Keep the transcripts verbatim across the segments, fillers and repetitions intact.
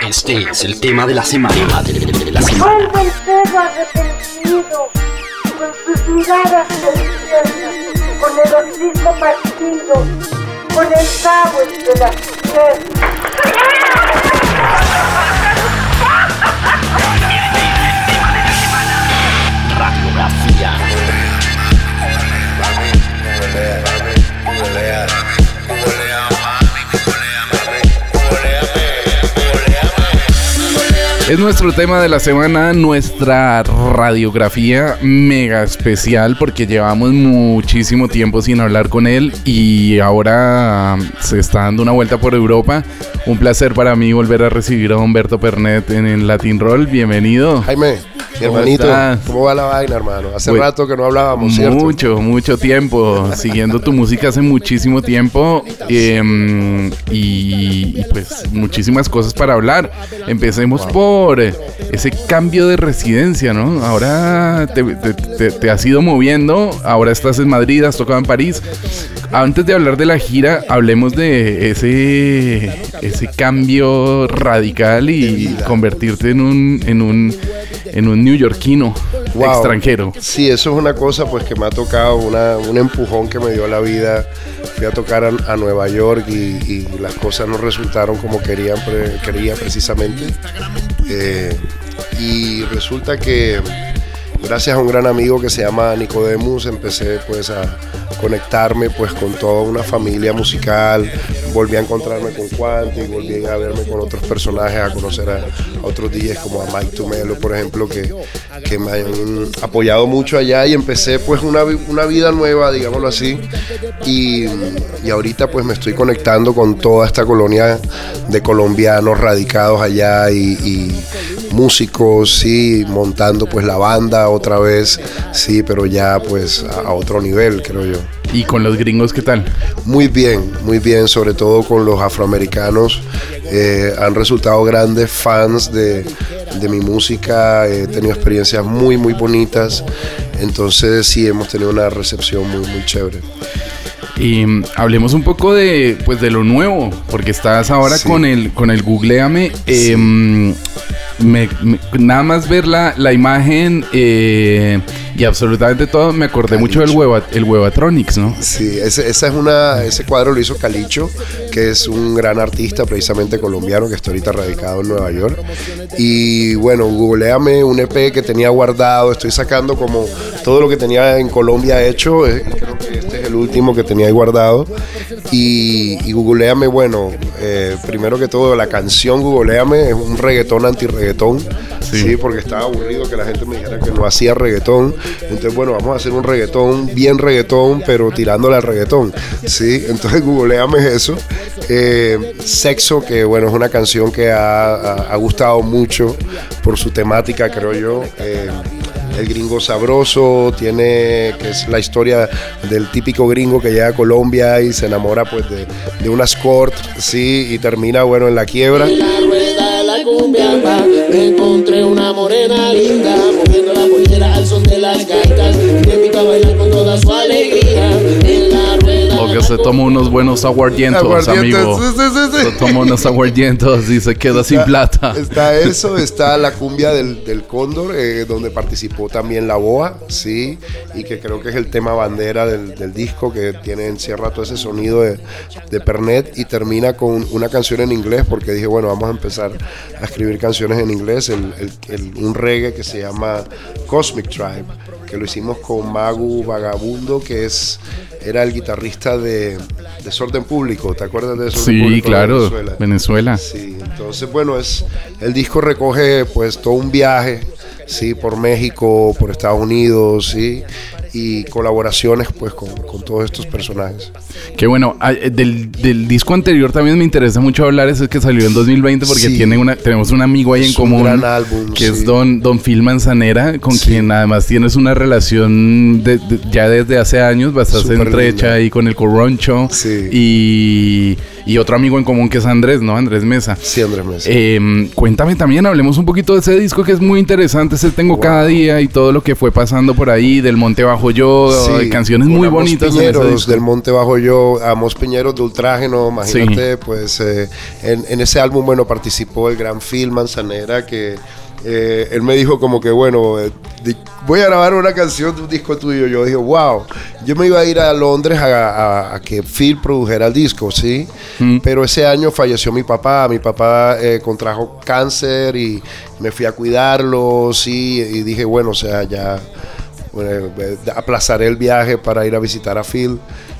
Este es el tema de la semana. De la semana. Vuelve el perro arrepentido, con sus miradas deliciosas, con el hocico partido, con el cabo entre las piernas. Radiografía. Es nuestro tema de la semana, nuestra radiografía mega especial porque llevamos muchísimo tiempo sin hablar con él y ahora se está dando una vuelta por Europa. Un placer para mí volver a recibir a Humberto Pernet en el Latin Roll. Bienvenido. Jaime, mi hermanito, ¿cómo va la vaina, hermano? Hace pues, rato que no hablábamos, ¿cierto? Mucho, mucho tiempo, siguiendo tu música hace muchísimo tiempo eh, y, y pues muchísimas cosas para hablar. Empecemos wow. por ese cambio de residencia, ¿no? Ahora te, te, te, te has ido moviendo, ahora estás en Madrid, has tocado en París. Antes de hablar de la gira, hablemos de ese, ese cambio radical y convertirte en un, en un, en un neoyorquino wow. extranjero. Sí, eso es una cosa pues que me ha tocado, una, un empujón que me dio la vida. Fui a tocar a, a Nueva York y, y las cosas no resultaron como querían, pre, quería precisamente. Eh, y resulta que gracias a un gran amigo que se llama Nicodemus empecé pues a conectarme pues con toda una familia musical, volví a encontrarme con Quanti, volví a verme con otros personajes, a conocer a, a otros D Js como a Mike Tumelo, por ejemplo, que, que me han apoyado mucho allá y empecé pues una, una vida nueva, digámoslo así, y, y ahorita pues me estoy conectando con toda esta colonia de colombianos radicados allá y, y músicos, sí, montando pues la banda otra vez, sí, pero ya pues a, a otro nivel, creo yo. ¿Y con los gringos qué tal? Muy bien, muy bien, sobre todo con los afroamericanos. Eh, han resultado grandes fans de, de mi música, he tenido experiencias muy, muy bonitas, entonces sí, hemos tenido una recepción muy, muy chévere. Y um, hablemos un poco de, pues, de lo nuevo, porque estás ahora sí. con el con el Googleame. Eh, sí. me, me, nada más ver la, la imagen eh, y absolutamente todo, me acordé Calicho. mucho del hueva, el Huevatronics, ¿no? Sí, ese, esa es una, ese cuadro lo hizo Calicho, que es un gran artista precisamente colombiano que está ahorita radicado en Nueva York. Y bueno, Googleame un E P que tenía guardado, estoy sacando como todo lo que tenía en Colombia hecho, eh, creo que este es el último que tenía ahí guardado. Y, y Googleame, bueno, eh, primero que todo la canción Googleame es un reggaetón anti-reggaetón, sí. sí, porque estaba aburrido que la gente me dijera que no hacía reggaetón. Entonces, bueno, vamos a hacer un reggaetón, bien reggaetón, pero tirándole al reggaetón, ¿sí? Entonces, Googleame es eso. Eh, Sexo, que bueno, es una canción que ha, ha, ha gustado mucho por su temática, creo yo. Eh, El gringo sabroso, tiene, que es la historia del típico gringo que llega a Colombia y se enamora pues de, de una escort, sí, y termina, bueno, en la quiebra. En la rueda de la cumbia me encontré una morena linda, moviendo la pollera al son de las gaitas, me invito a bailar con toda su alegría. En la rueda o que se toma unos buenos aguardientos, aguardientos amigo. Sí, sí, sí, sí. Se toma unos aguardientos y se queda está, sin plata. Está eso, está la cumbia del, del Cóndor, eh, donde participó también La Boa, sí, y que creo que es el tema bandera del, del disco, que tiene, encierra todo ese sonido de, de Pernet, y termina con una canción en inglés, porque dije, bueno, vamos a empezar a escribir canciones en inglés, el, el, el, un reggae que se llama Cosmic Tribe, que lo hicimos con Magu Vagabundo, que es era el guitarrista de Desorden Público, ¿te acuerdas de Desorden sí, Público? Sí, claro, de Venezuela. Venezuela. Sí, entonces, bueno, es el disco recoge pues todo un viaje, sí, por México, por Estados Unidos, sí, y colaboraciones pues con, con todos estos personajes. Qué bueno, del, del disco anterior también me interesa mucho hablar, ese que salió en dos mil veinte, porque sí. tiene una, tenemos un amigo ahí es en común, un gran álbum, que sí. es Don, Don Phil Manzanera, con sí. quien además tienes una relación de, de, ya desde hace años bastante estrecha ahí con el Corroncho, sí. y, y otro amigo en común que es Andrés, ¿no? Andrés Mesa. Sí, Andrés Mesa. Eh, cuéntame también, hablemos un poquito de ese disco que es muy interesante, ese Tengo wow. Cada Día y todo lo que fue pasando por ahí, del Monte Bajo Bajo Yo, Sí, canciones con muy Amos bonitas. en ese Piñeros disco. del Monte Bajo Yo, Amos Piñeros de Ultrágeno, imagínate, pues eh, en, en ese álbum, bueno, participó el gran Phil Manzanera, que eh, él me dijo como que, bueno, eh, di- voy a grabar una canción de un disco tuyo. Yo dije, wow, yo me iba a ir a Londres a, a- a que Phil produjera el disco, ¿sí? Mm. Pero ese año falleció mi papá, mi papá eh, contrajo cáncer y me fui a cuidarlo, sí, y dije, bueno, o sea, ya... Bueno, eh, aplazaré el viaje para ir a visitar a Phil.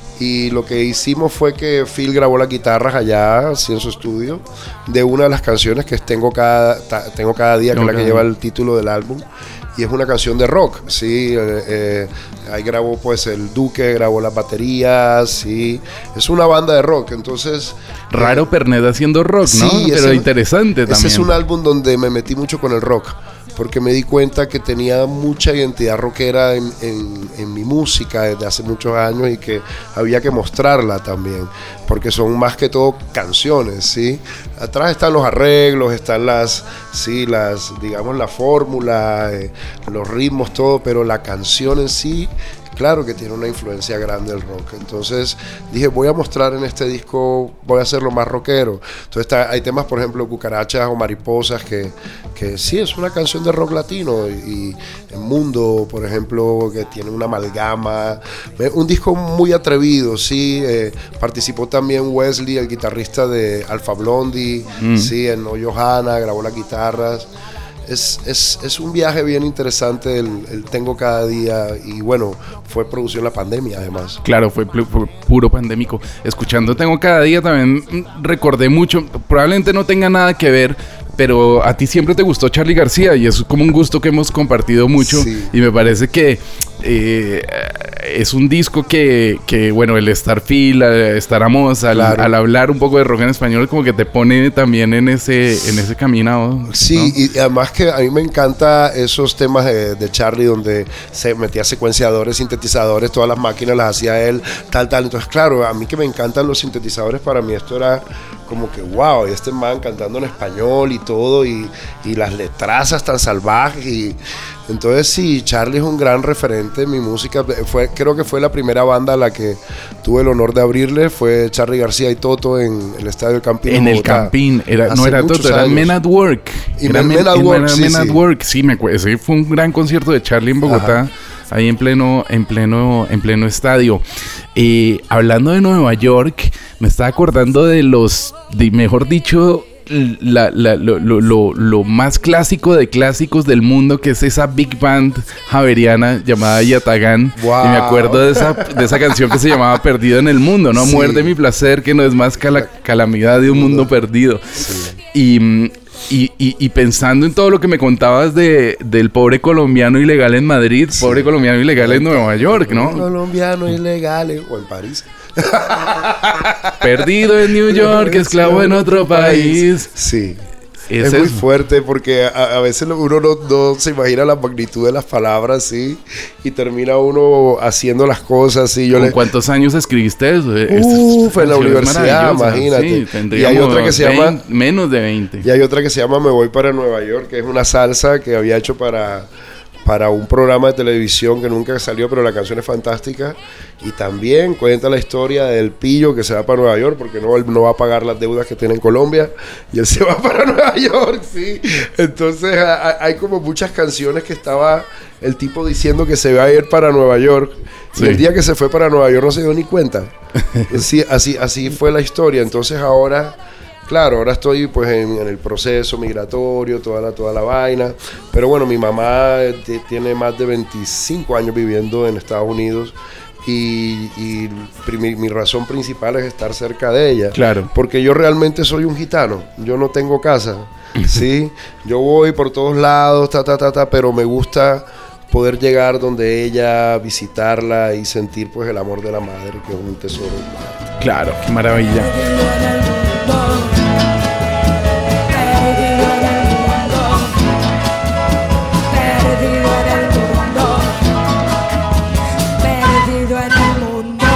Y lo que hicimos fue que Phil grabó las guitarras allá, así en su estudio, de una de las canciones que tengo cada, ta- tengo cada día, que es la que Ok. lleva el título del álbum. Y es una canción de rock, sí. eh, eh, ahí grabó pues el Duque, grabó las baterías, sí. Es una banda de rock, entonces... Raro eh, Perned haciendo rock, ¿no? Sí, Pero ese- interesante Ese también. es un álbum donde me metí mucho con el rock, porque me di cuenta que tenía mucha identidad rockera en, en- en mi música desde hace muchos años y que había que mostrarla también, porque son más que todo canciones, ¿sí? Atrás están los arreglos, están las, sí, las, digamos, la fórmula, eh, los ritmos, todo, pero la canción en sí... Claro que tiene una influencia grande el rock. Entonces dije, voy a mostrar en este disco, voy a hacerlo más rockero. Entonces está, hay temas, por ejemplo, Cucarachas o Mariposas, que, que sí, es una canción de rock latino. Y, y El Mundo, por ejemplo, que tiene una amalgama. Eh, Un disco muy atrevido, sí. Eh, participó también Wesley, el guitarrista de Alpha Blondie, Mm. sí, en No Johanna, grabó las guitarras. Es, es, es un viaje bien interesante el, el Tengo Cada Día, y bueno, fue producido en la pandemia además. Claro, fue plu- pu- puro pandémico. Escuchando Tengo Cada Día también mm, recordé mucho, probablemente no tenga nada que ver, pero a ti siempre te gustó Charly García y es como un gusto que hemos compartido mucho. Sí. Y me parece que eh, es un disco que, que, bueno, el estar Phil, eh, estar Amos, al, Claro. al hablar un poco de rock en español, como que te pone también en ese, en ese caminado. Sí, ¿no? y además que a mí me encanta esos temas de, de Charly donde se metía secuenciadores, sintetizadores, todas las máquinas las hacía él, tal, tal. Entonces, claro, a mí que me encantan los sintetizadores, para mí esto era como que wow, y este man cantando en español y todo, y, y las letrazas tan salvajes. Y entonces sí, Charly es un gran referente en mi música. Fue, creo que fue la primera banda a la que tuve el honor de abrirle, fue Charly García y Toto en el Estadio del Campín. En el Bogotá. Campín, era, no Hace era muchos Toto, era años. Men at Work. Y Era Men at en Work, Men- sí, Men at sí. Work, sí, me acuerdo. Ese fue un gran concierto de Charly en Bogotá, Ajá. ahí en pleno, en pleno, en pleno estadio. Eh, hablando de Nueva York, me estaba acordando de los, de, mejor dicho, la- la- lo, lo- lo- lo más clásico de clásicos del mundo, que es esa big band javeriana llamada Yatagán. Wow. Y me acuerdo de esa, de esa canción que se llamaba Perdido en el Mundo, ¿no? Sí. Muerde mi placer, que no es más que la calamidad de un mundo perdido. Y, mm, y, y- y pensando en todo lo que me contabas de, del pobre colombiano ilegal en Madrid, pobre colombiano ilegal en Nueva York, ¿no? Colombianos ilegales, o en París. Perdido en New York, esclavo en otro país. Sí. Es Es, muy eso. fuerte porque a, a veces lo- uno no, no se imagina la magnitud de las palabras, sí, y termina uno haciendo las cosas, sí. Yo ¿Con le, cuántos años escribiste eso? Esta- Uf, esta en la canción es universidad, maravillosa. imagínate. Sí, Y hay tendríamos otra que se llama- veinte, menos de veinte. y hay otra que se llama Me Voy para Nueva York, que es una salsa que había hecho para, para un programa de televisión que nunca salió, pero la canción es fantástica. Y también cuenta la historia del pillo que se va para Nueva York porque no, él no va a pagar las deudas que tiene en Colombia y él se va para Nueva York, sí. Entonces a- a- hay como muchas canciones que estaba el tipo diciendo que se va a ir para Nueva York. Sí. Y el día que se fue para Nueva York no se dio ni cuenta. Sí, así, así fue la historia. Entonces ahora... Claro, ahora estoy pues en, en el proceso migratorio, toda la, toda la vaina. Pero bueno, mi mamá eh, t- tiene más de veinticinco años viviendo en Estados Unidos y, y pri- mi, mi razón principal es estar cerca de ella. Claro. Porque yo realmente soy un gitano, yo no tengo casa, ¿sí? Yo voy por todos lados, ta, ta, ta, ta, pero me gusta poder llegar donde ella, visitarla y sentir pues el amor de la madre, que es un tesoro. Claro, qué maravilla. Perdido en el mundo.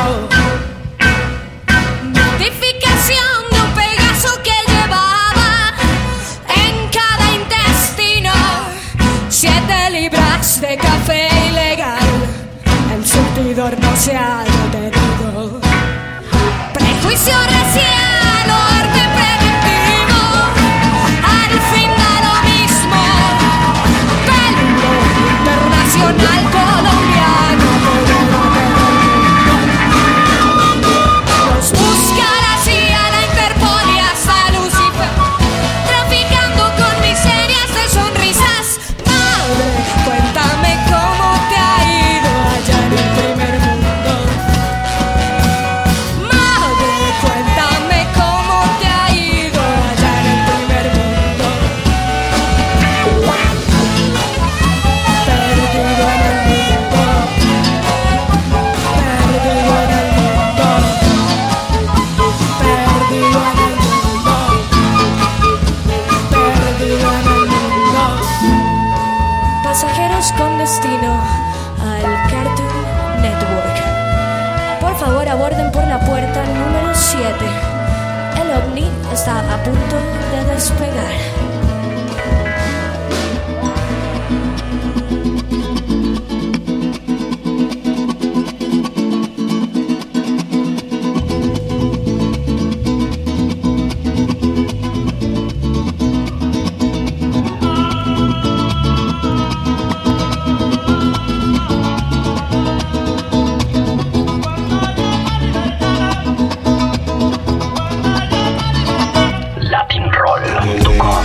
Notificación de un Pegaso que llevaba en cada intestino siete libras de café ilegal. El amor no se ha detenido. Prejuicio racial o arte preventivo, al fin da lo mismo. Peligro internacional colombiano, nos busca la C I A, la Interpol y hasta Lucifer, traficando con miserias de sonrisas. Madre, cuéntame cómo te ha ido allá en el primer mundo. Madre, cuéntame cómo te ha ido allá en el primer mundo. Perdido en el mundo, perdido en el mundo, perdido en el mundo, perdido en el mundo. Pasajeros con destino al Cartoon Network, por favor aborden por la puerta número siete. El ovni está a punto de despegar. latinroll punto com.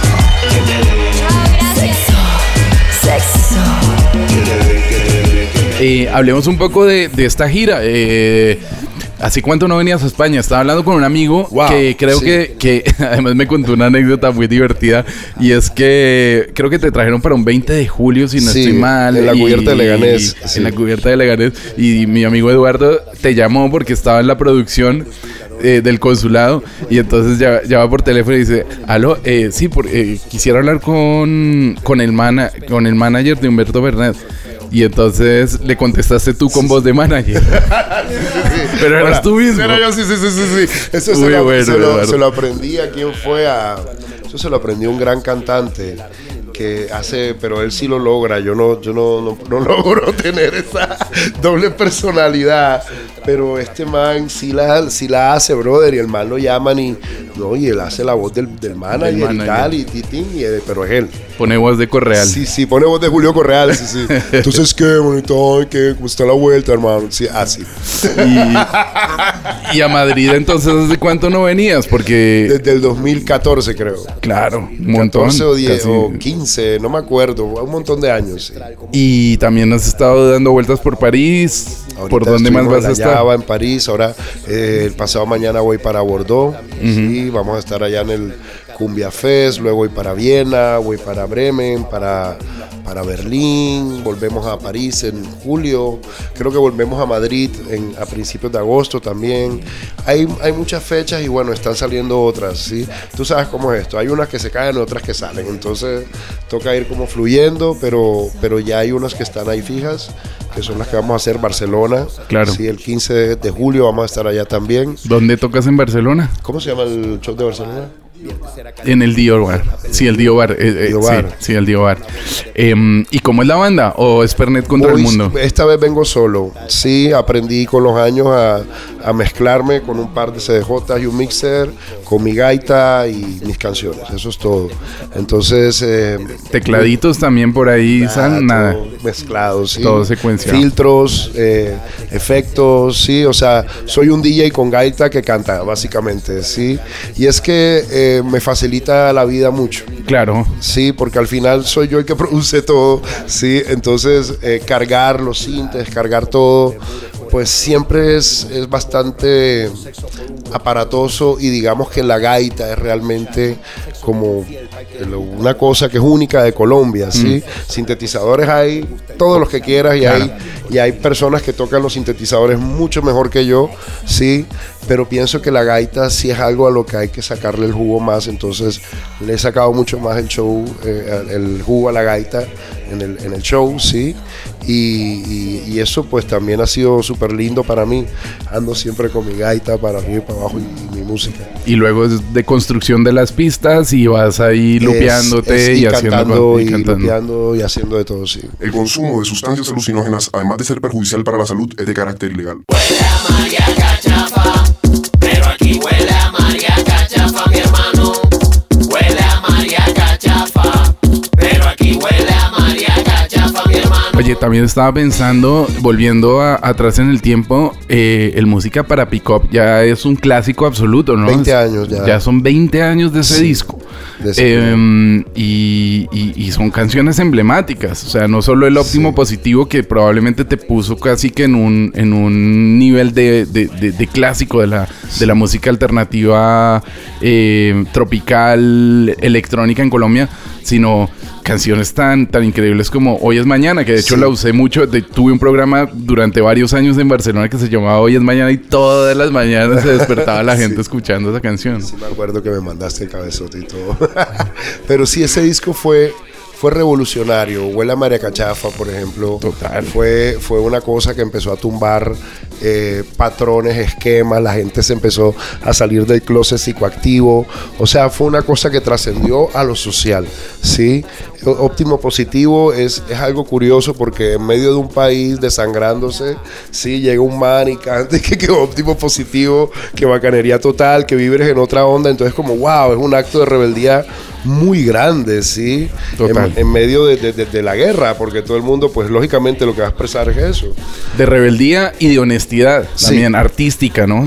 Eh, hablemos un poco de, de esta gira. Eh, ¿Hace cuánto no venías a España? Estaba hablando con un amigo Wow, que creo sí. que, que además me contó una anécdota muy divertida. Y es que creo que te trajeron para un veinte de julio, si no Sí, estoy mal. en la y- cubierta de Leganés, En sí. la cubierta de Leganés. Y mi amigo Eduardo te llamó porque estaba en la producción eh, del consulado. Y entonces ya- llama por teléfono y dice: aló, eh, sí, por, eh, quisiera hablar con, con, el mana, con el manager de Humberto Bernet. Y entonces le contestaste tú con voz de manager. Pero eras Hola. tú mismo. Era yo, sí, sí, sí, sí, sí. Eso Muy se, lo, bueno, se, lo, Eduardo. se lo aprendí a quién fue a... Eso se lo aprendí a un gran cantante que hace, pero él sí lo logra. Yo no, yo no, no, no logro tener esa doble personalidad. Pero este man sí la, sí la hace, brother. Y el man lo llaman y, no, y él hace la voz del, del manager, Del y manager. tal, y titín, y, eh, pero es él. Pone voz de Correal. Sí, sí, pone voz de Julio Correal, sí, sí. Entonces, ¿qué, bonito? Ay, ¿qué? ¿Cómo está la vuelta, hermano? Sí, así. Y, y a Madrid, entonces, ¿hace cuánto no venías? Porque, Desde el dos mil catorce, creo. claro, un montón. catorce o diez casi. o quince, no me acuerdo, un montón de años. Sí. Y también has estado dando vueltas por París. Ahorita ¿Por dónde más estuvimos vas a en la estar? Llava, en París, ahora eh, el pasado mañana voy para Bordeaux, sí, vamos a estar allá en el Cumbia Fest, luego voy para Viena, voy para Bremen, para, para Berlín, volvemos a París en julio, creo que volvemos a Madrid en, a principios de agosto también. Hay, hay muchas fechas y bueno, están saliendo otras, ¿sí? Tú sabes cómo es esto, hay unas que se caen y otras que salen, entonces toca ir como fluyendo, pero, pero ya hay unas que están ahí fijas, que son las que vamos a hacer Barcelona. Claro. Sí, el quince de julio vamos a estar allá también. ¿Dónde tocas en Barcelona? ¿Cómo se llama el show de Barcelona? En el Dio Bar. Sí, el Dio Bar. eh, eh, Dio sí, Bar. sí, el Dio Bar. Em, ¿Y cómo es la banda? ¿O es Pernet contra Voy- el mundo? Esta vez vengo solo. Sí, aprendí con los años a, a mezclarme con un par de C D J y un mixer, con mi gaita y mis canciones. Eso es todo. Entonces... eh, Tecladitos también por ahí, nada, San, nada. todo mezclado, sí. Todo secuenciado. Filtros, eh, efectos, sí. O sea, soy un D J con gaita que canta, básicamente, sí. Y es que eh, me facilita la vida mucho. Claro. Sí, porque al final soy yo el que produce todo, sí, entonces eh, cargar los sintes, cargar todo, pues siempre es, es bastante aparatoso y digamos que la gaita es realmente como una cosa que es única de Colombia, ¿sí? Mm. Sintetizadores hay todos los que quieras y, claro. hay, y hay personas que tocan los sintetizadores mucho mejor que yo, ¿sí? Pero pienso que la gaita sí es algo a lo que hay que sacarle el jugo más, entonces le he sacado mucho más el show, eh, el jugo a la gaita en el, en el show, ¿sí? Y, y, y eso pues también ha sido súper súper lindo para mí. Ando siempre con mi gaita para arriba y para abajo y, y mi música. Y luego es de construcción de las pistas y vas ahí lupeándote Es- es- y, y haciendo cantando y y cantando. lupeando y haciendo de todo, sí. El consumo de sustancias alucinógenas, además de ser perjudicial para la salud, es de carácter ilegal. Huele a María Cachafa, pero aquí huele a María Cachafa, mi hermano. Huele a María Cachafa, pero aquí huele a María Cachafa, mi hermano. Oye, también estaba pensando, volviendo a- atrás en el tiempo, eh, el música para pick-up ya es un clásico absoluto, ¿no? veinte años ya. Ya son veinte años de ese Sí, disco. de ese Eh, y, y- y son canciones emblemáticas. O sea, no solo el óptimo Sí. positivo que probablemente te puso casi que en un, en un nivel de, de- de- de clásico de la, de la música alternativa eh, tropical, electrónica en Colombia, sino canciones tan, tan increíbles como Hoy es Mañana, que de hecho Sí. la usé mucho. De- tuve un programa durante varios años en Barcelona que se llamaba Hoy es Mañana y todas las mañanas se despertaba la gente Sí. escuchando esa canción. Sí, me acuerdo que me mandaste el cabezote y todo. Pero sí, ese disco fue, fue revolucionario. Huele a María Cachafa, por ejemplo. Total. Fue, fue una cosa que empezó a tumbar eh, patrones, esquemas. La gente se empezó a salir del closet psicoactivo. O sea, fue una cosa que trascendió a lo social. ¿Sí? O- Óptimo Positivo es, es algo curioso porque en medio de un país desangrándose, sí, llega un man y canta que, que Óptimo Positivo, que bacanería total, que vibres en otra onda. Entonces, como, wow, es un acto de rebeldía muy grande, ¿sí? Total. En, en medio de, de- de- de la guerra, porque todo el mundo, pues lógicamente lo que va a expresar es eso. De rebeldía y de honestidad, Sí. también artística, ¿no?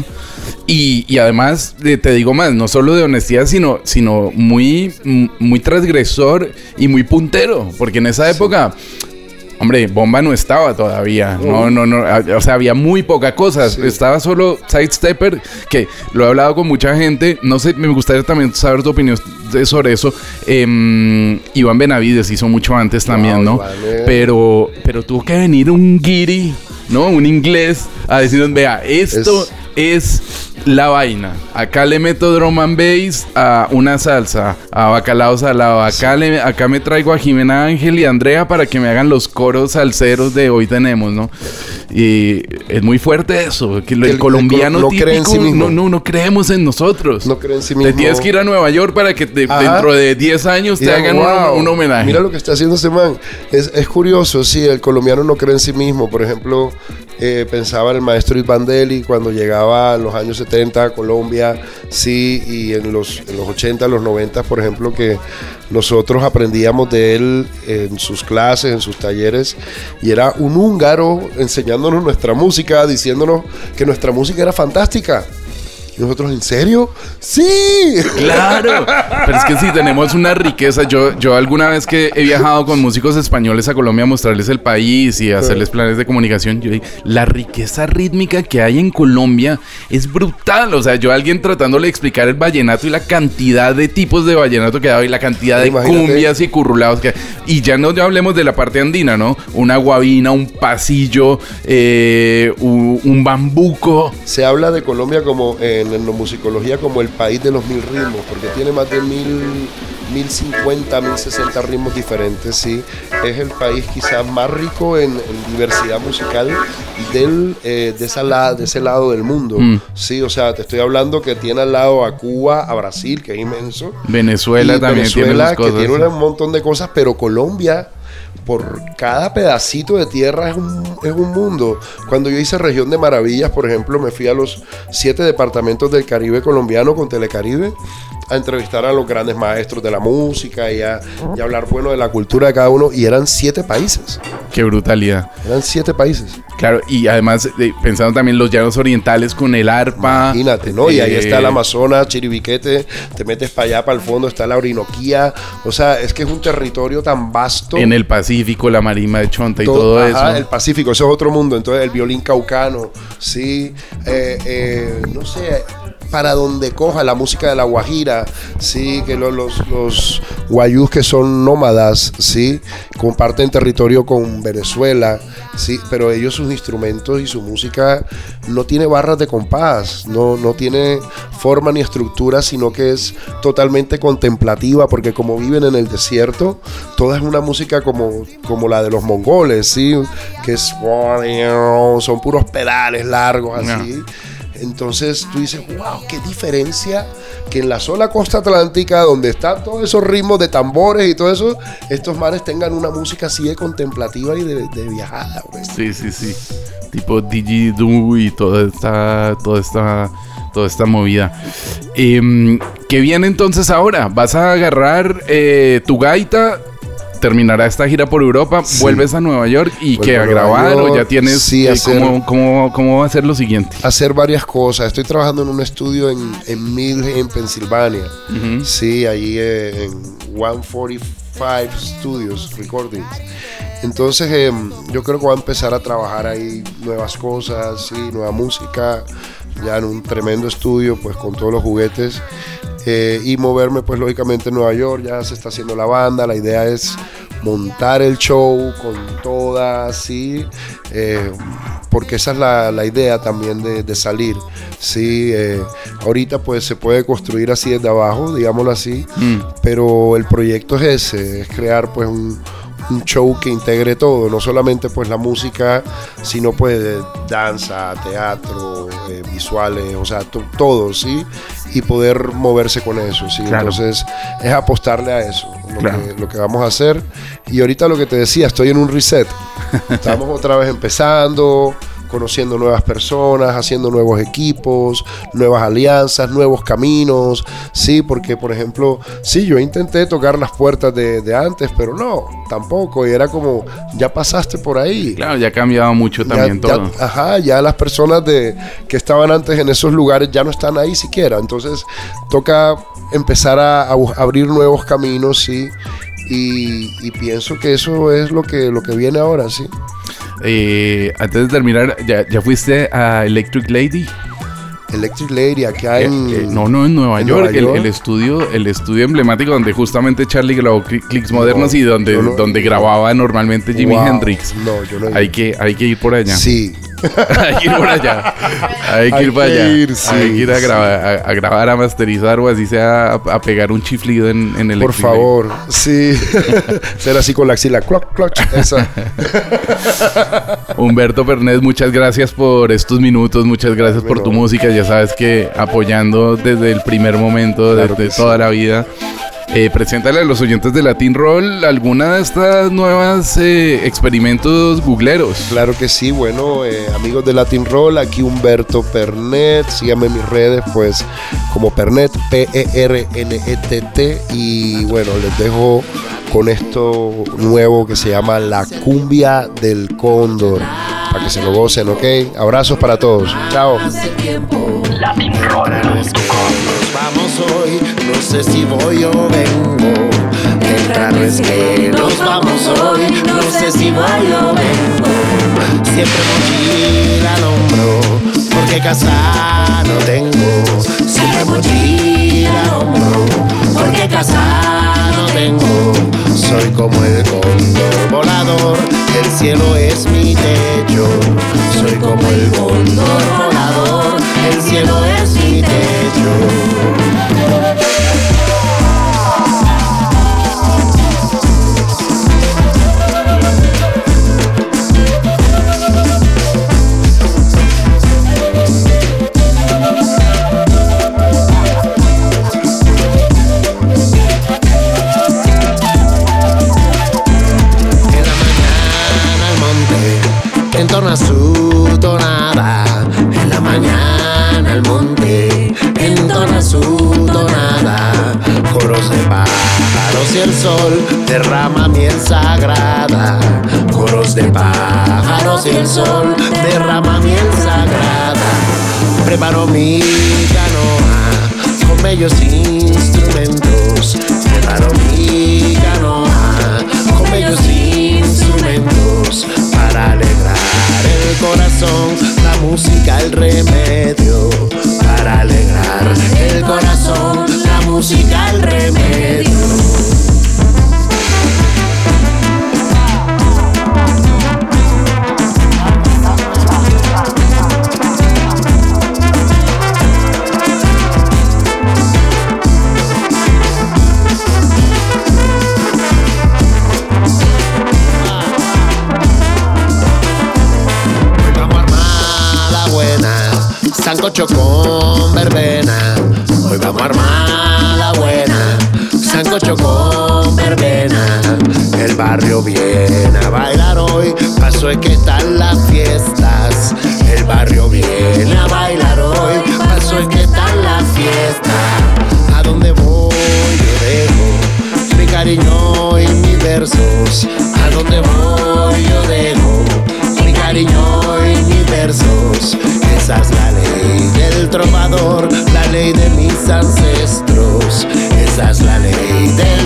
Y, y además, de- te digo más, no solo de honestidad, sino, sino muy, m- muy transgresor y muy puntero, porque en esa época, hombre, Bomba no estaba todavía, no, no, no, a- o sea, había muy poca cosa, Sí. estaba solo Sidestepper, que lo he hablado con mucha gente, no sé, me gustaría también saber tu opinión de- sobre eso. Em, Iván Benavides hizo mucho antes también, ¿no? Iván, eh. Pero, pero tuvo que venir un guiri, ¿no? Un inglés a decirnos, vea, esto es, la vaina. Acá le meto drum and bass a una salsa, a bacalao salado. Acá, le, acá me traigo a Jimena Ángel y Andrea para que me hagan los coros salseros de Hoy Tenemos, ¿no? Y es muy fuerte eso, que el, el- el colombiano no típico, cree en sí mismo. no, no, no creemos en nosotros. No cree en sí Te mismo. tienes que ir a Nueva York para que te- Ajá. dentro de diez años Y te digan, hagan un- "Wow, un, homenaje. Mira lo que está haciendo ese man. Es, es curioso, sí, el colombiano no cree en sí mismo. Por ejemplo, eh, pensaba en el maestro Isbandeli cuando llegaba en los años setenta a Colombia, sí, y en los, en los ochenta, los noventa, por ejemplo, que nosotros aprendíamos de él en sus clases, en sus talleres, y era un húngaro enseñándonos nuestra música, diciéndonos que nuestra música era fantástica. Y nosotros, ¿en serio? ¡Sí! Claro, pero es que sí tenemos una riqueza. Yo, yo alguna vez que he viajado con músicos españoles a Colombia a mostrarles el país y a hacerles planes de comunicación, yo digo, la riqueza rítmica que hay en Colombia es brutal. O sea, yo a alguien tratándole de explicar el vallenato y la cantidad de tipos de vallenato que hay y la cantidad de Imagínate. cumbias y currulados que hay. Y ya no ya hablemos de la parte andina, ¿no? Una guabina, un pasillo, eh, un, un bambuco. Se habla de Colombia como en etnomusicología como el país de los mil ritmos, porque tiene más de mil, mil cincuenta, mil sesenta ritmos diferentes, sí. Es el país quizás más rico en, en diversidad musical del, eh, de, esa la- de ese lado del mundo, Mm. sí. O sea, te estoy hablando que tiene al lado a Cuba, a Brasil, que es inmenso. Venezuela y también tiene Venezuela, sus cosas. que tiene un montón de cosas, pero Colombia, por cada pedacito de tierra es un, es un mundo. Cuando yo hice Región de Maravillas, por ejemplo, me fui a los siete departamentos del Caribe colombiano con Telecaribe a entrevistar a los grandes maestros de la música y a, y a hablar, bueno, de la cultura de cada uno, y eran siete países. Qué brutalidad. Eran siete países. Claro, y además eh, pensando también los llanos orientales con el arpa. Imagínate, ¿no? Y ahí eh, está el Amazonas, Chiribiquete, te metes para allá, para el fondo, está la Orinoquía. O sea, es que es un territorio tan vasto. En el Pacífico, la marima de Chonta y todo, Todo- ajá, eso. el Pacífico, eso es otro mundo. Entonces, el violín caucano, sí, eh, eh, no sé, para donde coja, la música de la Guajira, sí, que los, los, los guayús que son nómadas, sí, comparten territorio con Venezuela, sí, pero ellos sus instrumentos y su música no tiene barras de compás, no, no tiene forma ni estructura, sino que es totalmente contemplativa, porque como viven en el desierto, toda es una música como, como la de los mongoles, sí, que es, son puros pedales largos así. No. Entonces tú dices, wow, qué diferencia que en la sola costa atlántica, donde están todos esos ritmos de tambores y todo eso, estos mares tengan una música así de contemplativa y de, de viajada, güey. Sí, sí, sí. Tipo Didgeridoo y toda esta, toda esta, toda esta movida. Eh, ¿Qué viene entonces ahora? ¿Vas a agarrar eh, tu gaita? Terminará esta gira por Europa, sí. Vuelves a Nueva York y que a grabar York, o ya tienes sí, eh, hacer, cómo, cómo, cómo va a ser lo siguiente. Hacer varias cosas. Estoy trabajando en un estudio en, en Mills, en Pensilvania. Uh-huh. Sí, allí eh, en ciento cuarenta y cinco Studios Recordings. Entonces eh, yo creo que voy a empezar a trabajar ahí nuevas cosas, sí, nueva música, ya en un tremendo estudio, pues con todos los juguetes. Eh, y moverme pues lógicamente en Nueva York, ya se está haciendo la banda, la idea es montar el show con todas, sí, eh, porque esa es la, la idea también de, de salir, sí, eh, ahorita pues se puede construir así desde abajo, digámoslo así, mm. pero el proyecto es ese, es crear pues un un show que integre todo, no solamente pues la música, sino pues danza, teatro, eh, visuales, o sea, to- todo, ¿sí? Y poder moverse con eso, ¿sí? Claro. Entonces es apostarle a eso, lo, claro. que, lo que vamos a hacer. Y ahorita lo que te decía, estoy en un reset, estamos otra vez empezando, conociendo nuevas personas, haciendo nuevos equipos, nuevas alianzas, nuevos caminos, sí, porque por ejemplo, sí, yo intenté tocar las puertas de, de antes, pero no, tampoco, y era como, ya pasaste por ahí. Claro, ya ha cambiado mucho también ya, todo. Ya, ajá, ya las personas de, que estaban antes en esos lugares ya no están ahí siquiera, entonces toca empezar a, a abrir nuevos caminos, sí, y, y pienso que eso es lo que, lo que viene ahora, sí. Eh, antes de terminar, ¿ya, ¿ya fuiste a Electric Lady? Electric Lady, acá en... Eh, eh, no, no, en Nueva ¿en York, Nueva York? El, el estudio el estudio emblemático donde justamente Charlie grabó Clicks Modernos no, y donde, no, donde grababa normalmente Jimi wow, Hendrix. No, yo no. Hay que, hay que ir por allá. Sí. Hay que ir por allá. Hay que ir para allá. Ir, sí, hay que ir a grabar, a, a grabar, a masterizar o así sea, a, a pegar un chiflido en, en el... Por favor, sí. Ser así con la axila. Clock, clock, esa. Humberto Pernet, muchas gracias por estos minutos. Muchas gracias Ay, por tu música. Ya sabes que apoyando desde el primer momento, claro desde toda sí. la vida. Eh, preséntale a los oyentes de Latin Roll alguna de estas nuevas eh, experimentos googleros. Claro que sí, bueno, eh, amigos de Latin Roll, aquí Humberto Pernet, síganme en mis redes pues como Pernet, P E R N E T T, y bueno, les dejo con esto nuevo que se llama La Cumbia del Cóndor, para que se lo gocen, ¿ok? Abrazos para todos, chao. Latin Roll punto com. Vamos hoy, no sé si voy o vengo. Temprano es que nos vamos hoy, no sé si voy o vengo. Siempre mochila al hombro, porque casa no tengo. Siempre mochila al hombro, porque casa no tengo. Soy como el cóndor volador, el cielo es mi techo. Soy como el cóndor volador, el cielo es mi techo. Entona su tonada, en la mañana al monte, entona su tonada, coros de pájaros y el sol derrama miel sagrada, coros de pájaros y el sol derrama miel sagrada. Preparo mi canoa con bellos instrumentos, preparo mi canoa con bellos instrumentos para alegrar el corazón, la música el remedio para alegrar sancocho con verbena. Hoy vamos a armar la buena. Sancocho con verbena. El barrio viene a bailar hoy. Paso es que están las fiestas. El barrio viene a bailar hoy. Paso es que están las fiestas. ¿A dónde voy? Yo dejo mi cariño y mis versos. ¿A dónde voy? Yo dejo mi cariño y mis versos. Esa es la ley del trovador, la ley de mis ancestros. Esa es la ley de